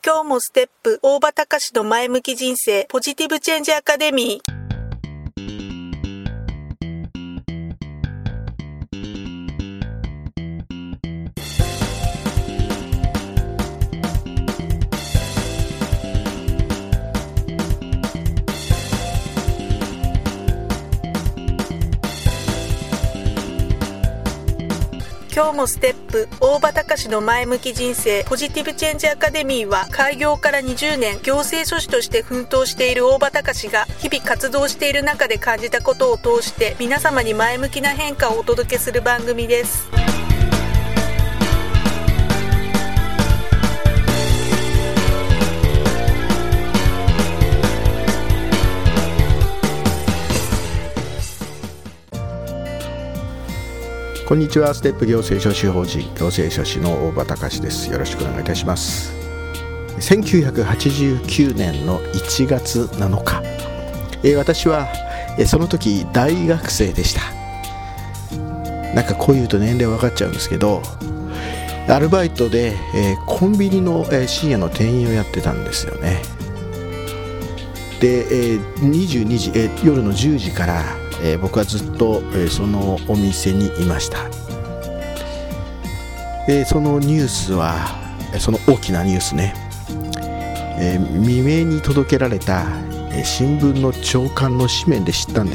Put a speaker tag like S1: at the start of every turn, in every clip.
S1: 今日もステップ大場隆の前向き人生ポジティブチェンジアカデミー。今日もステップ大場隆の前向き人生ポジティブチェンジアカデミーは、開業から20年行政書士として奮闘している大場隆が日々活動している中で感じたことを通して皆様に前向きな変化をお届けする番組です。
S2: こんにちは。ステップ行政書士法人行政書士の大場隆です。よろしくお願いいたします。1989年の1月7日、私はその時大学生でした。なんかこう言うと年齢分かっちゃうんですけど、アルバイトでコンビニの深夜の店員をやってたんですよね。で22時夜の10時から僕はずっとそのお店にいました。そのニュースは、その大きなニュースね、未明に届けられた新聞の朝刊の紙面で知ったんです。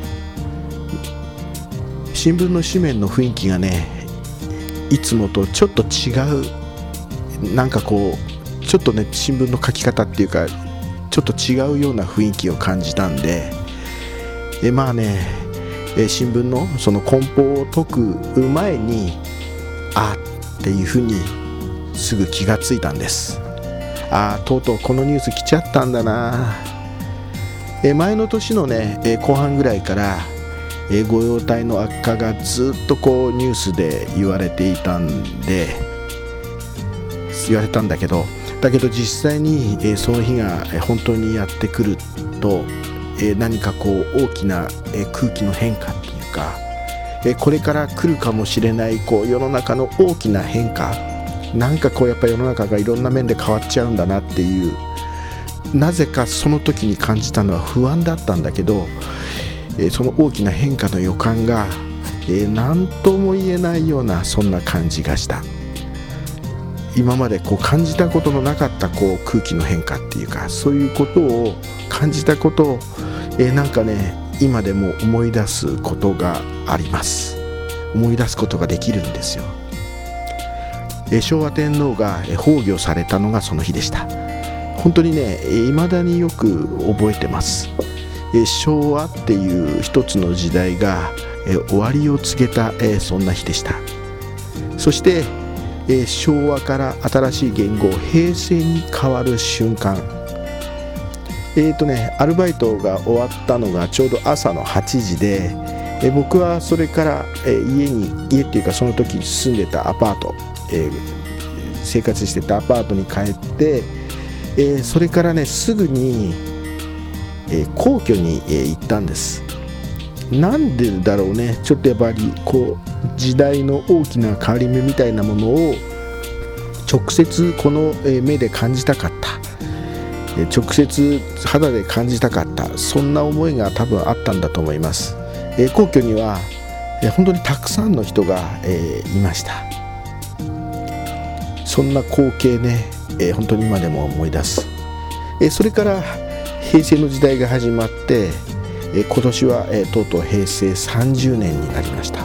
S2: 新聞の紙面の雰囲気がね、いつもとちょっと違う、なんかこうちょっとね、新聞の書き方っていうかちょっと違うような雰囲気を感じたんで、まあね、新聞のその梱包を解く前にっていうふうにすぐ気がついたんです。とうとうこのニュース来ちゃったんだな。前の年のね、後半ぐらいから御用達の悪化がずっとこうニュースで言われていたんで、言われたんだけど実際にその日が本当にやってくると、何かこう大きな空気の変化っていうか、これから来るかもしれないこう世の中の大きな変化、なんかこうやっぱり世の中がいろんな面で変わっちゃうんだなっていう、なぜかその時に感じたのは不安だったんだけど、その大きな変化の予感が何とも言えないような、そんな感じがした。今までこう感じたことのなかったこう空気の変化っていうか、そういうことを感じたことを、なんかね、今でも思い出すことがあります。思い出すことができるんですよ。昭和天皇が崩御されたのがその日でした。本当にね、未だによく覚えてます。昭和っていう一つの時代が終わりを告げたそんな日でした。そして昭和から新しい元号平成に変わる瞬間、アルバイトが終わったのがちょうど朝の8時で、僕はそれから家っていうか、その時住んでたアパート、生活してたアパートに帰って、それからねすぐに、皇居に、行ったんです。なんでだろうね、ちょっとやっぱりこう時代の大きな変わり目みたいなものを直接この目で感じたかった、直接肌で感じたかった、そんな思いが多分あったんだと思います。皇居には本当にたくさんの人がいました。そんな光景ね、本当に今でも思い出す。それから平成の時代が始まって、今年はとうとう平成30年になりました。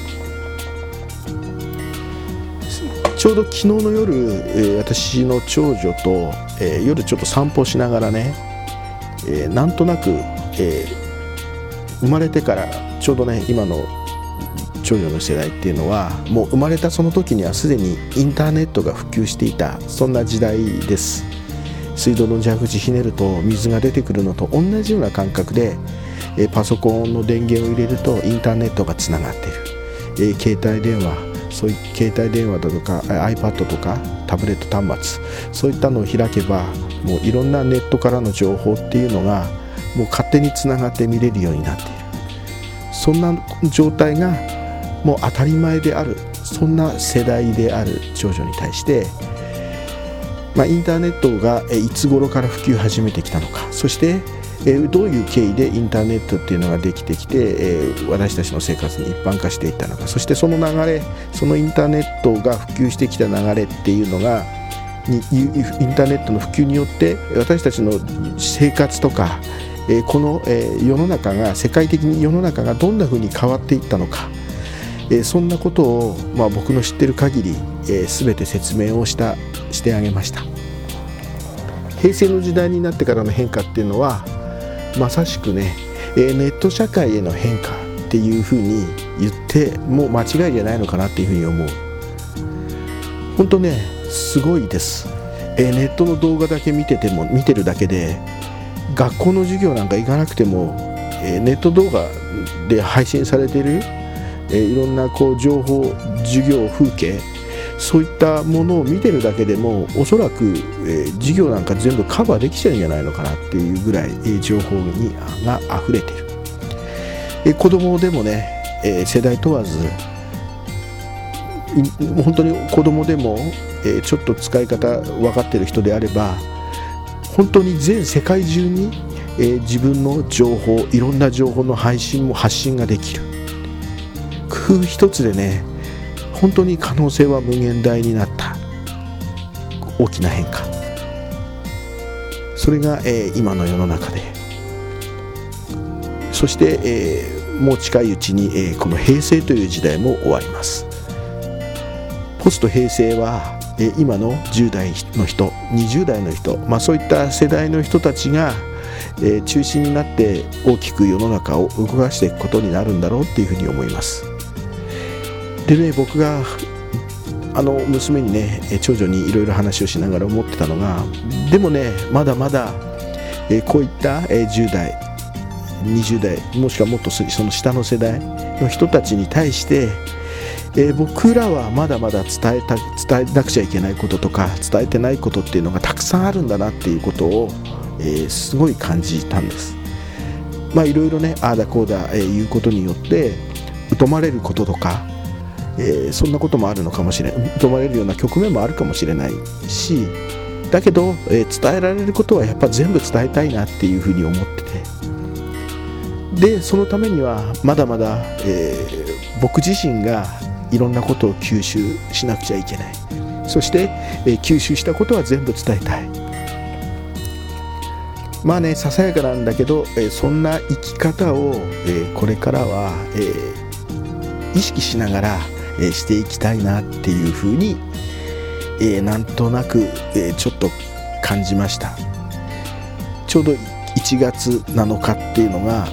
S2: ちょうど昨日の夜、私の長女と、夜ちょっと散歩しながらね、なんとなく、生まれてからちょうどね、今の長女の世代っていうのはもう生まれたその時にはすでにインターネットが普及していた、そんな時代です。水道の蛇口ひねると水が出てくるのと同じような感覚で、パソコンの電源を入れるとインターネットがつながっている、携帯電話、そういう携帯電話だとか iPad とかタブレット端末、そういったのを開けばもういろんなネットからの情報っていうのがもう勝手につながって見れるようになっている。そんな状態がもう当たり前である、そんな世代である長女に対して、 インターネットがいつ頃から普及始めてきたのか、そしてどういう経緯でインターネットっていうのができてきて私たちの生活に一般化していったのか、そしてその流れ、そのインターネットが普及してきた流れっていうのがインターネットの普及によって私たちの生活とかこの世の中が、世界的に世の中がどんな風に変わっていったのか、そんなことを僕の知っている限り全て説明をしてあげました。平成の時代になってからの変化っていうのはまさしくね、ネット社会への変化っていうふうに言っても間違いじゃないのかなっていうふうに思う。本当ね、すごいです。ネットの動画だけ見てるだけで学校の授業なんか行かなくてもネット動画で配信されているいろんな情報、授業、風景、そういったものを見てるだけでもおそらく授業なんか全部カバーできちゃうんじゃないのかなっていうぐらい情報が溢れている。子供でもね、世代問わず本当に子供でもちょっと使い方分かってる人であれば本当に全世界中に自分の情報、いろんな情報の発信ができる。工夫一つでね、本当に可能性は無限大になった大きな変化、それが、今の世の中で、そして、もう近いうちに、この平成という時代も終わります。ポスト平成は、今の10代の人、20代の人、そういった世代の人たちが、中心になって大きく世の中を動かしていくことになるんだろうっていうふうに思います。でね、僕が娘にね、長女にいろいろ話をしながら思ってたのが、でもね、まだまだこういった10代20代もしくはもっとその下の世代の人たちに対して僕らはまだまだ伝えなくちゃいけないこととか伝えてないことっていうのがたくさんあるんだなっていうことを、すごい感じたんです。いろいろね、ああだこうだ、言うことによって疎まれることとか、そんなこともあるのかもしれない、疎まれるような局面もあるかもしれないし、だけど、伝えられることはやっぱ全部伝えたいなっていうふうに思ってて、でそのためにはまだまだ、僕自身がいろんなことを吸収しなくちゃいけない。そして、吸収したことは全部伝えたい。ささやかなんだけど、そんな生き方を、これからは、意識しながら、していきたいなっていうふうに、なんとなく、ちょっと感じました。ちょうど1月7日っていうのが、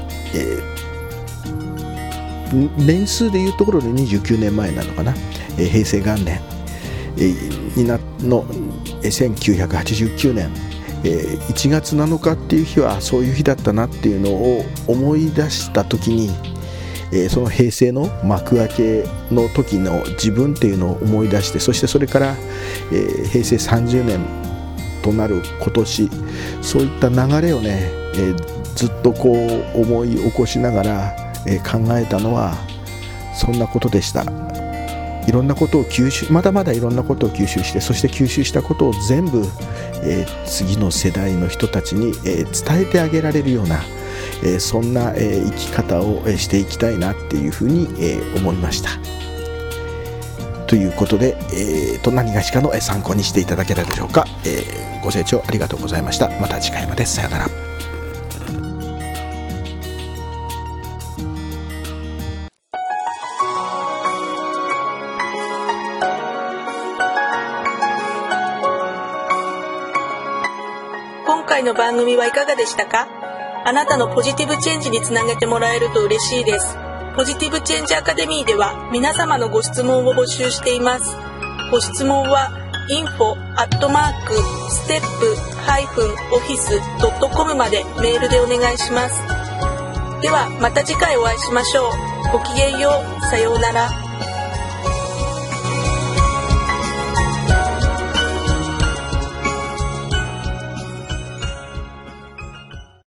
S2: 年数でいうところで29年前なのかな、平成元年、の1989年、1月7日っていう日はそういう日だったなっていうのを思い出した時に、その平成の幕開けの時の自分っていうのを思い出して、そしてそれから、平成30年となる今年、そういった流れをね、ずっと思い起こしながら、考えたのはそんなことでした。いろんなことをまだまだいろんなことを吸収して、そして吸収したことを全部、次の世代の人たちに、伝えてあげられるような、そんな、生き方をしていきたいなっていうふうに、思いました。ということで、何がしかの参考にしていただけたでしょうか。ご清聴ありがとうございました。また次回まで。さようなら。
S1: 今回の番組はいかがでしたか？あなたのポジティブチェンジにつなげてもらえると嬉しいです。ポジティブチェンジアカデミーでは皆様のご質問を募集しています。ご質問は info@step-office.com までメールでお願いします。ではまた次回お会いしましょう。ごきげんよう。さようなら。